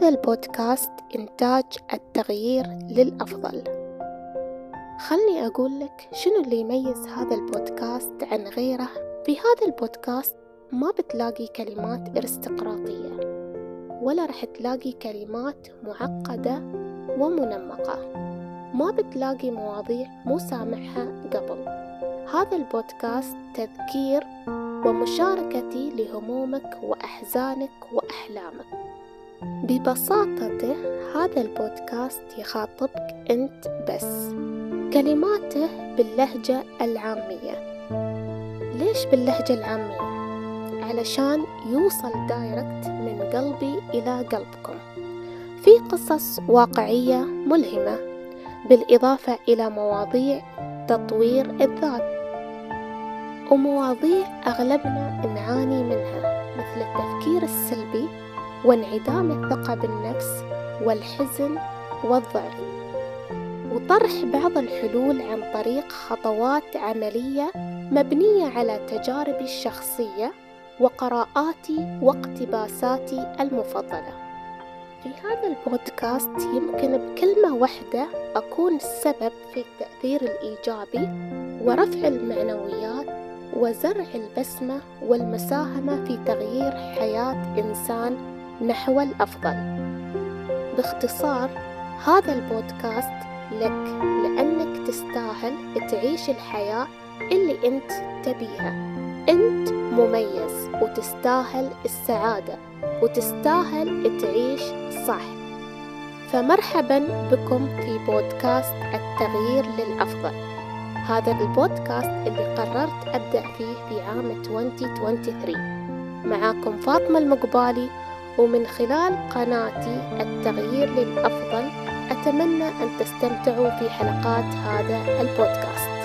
البودكاست إنتاج التغيير للأفضل. خلني أقول لك شنو اللي يميز هذا البودكاست عن غيره. في هذا البودكاست ما بتلاقي كلمات أرستقراطية، ولا رح تلاقي كلمات معقدة ومنمقة، ما بتلاقي مواضيع مو سامعها قبل. هذا البودكاست تذكير ومشاركتي لهمومك وأحزانك وأحلامك. ببساطته هذا البودكاست يخاطبك أنت بس، كلماته باللهجة العامية. ليش باللهجة العامية؟ علشان يوصل دايركت من قلبي إلى قلبكم. في قصص واقعية ملهمة، بالإضافة إلى مواضيع تطوير الذات، ومواضيع أغلبنا نعاني منها، مثل التفكير السلبي وانعدام الثقة بالنفس والحزن والضعف، وطرح بعض الحلول عن طريق خطوات عملية مبنية على تجاربي الشخصية وقراءاتي واقتباساتي المفضلة. في هذا البودكاست يمكن بكلمة واحدة أكون السبب في التأثير الإيجابي ورفع المعنويات وزرع البسمة والمساهمة في تغيير حياة إنسان نحو الأفضل. باختصار، هذا البودكاست لك لأنك تستاهل تعيش الحياة اللي أنت تبيها. أنت مميز وتستاهل السعادة وتستاهل تعيش صح. فمرحبا بكم في بودكاست التغيير للأفضل. هذا البودكاست اللي قررت أبدأ فيه في عام 2023. معاكم فاطمة المقبالي، ومن خلال قناتي التغيير للأفضل أتمنى أن تستمتعوا في حلقات هذا البودكاست.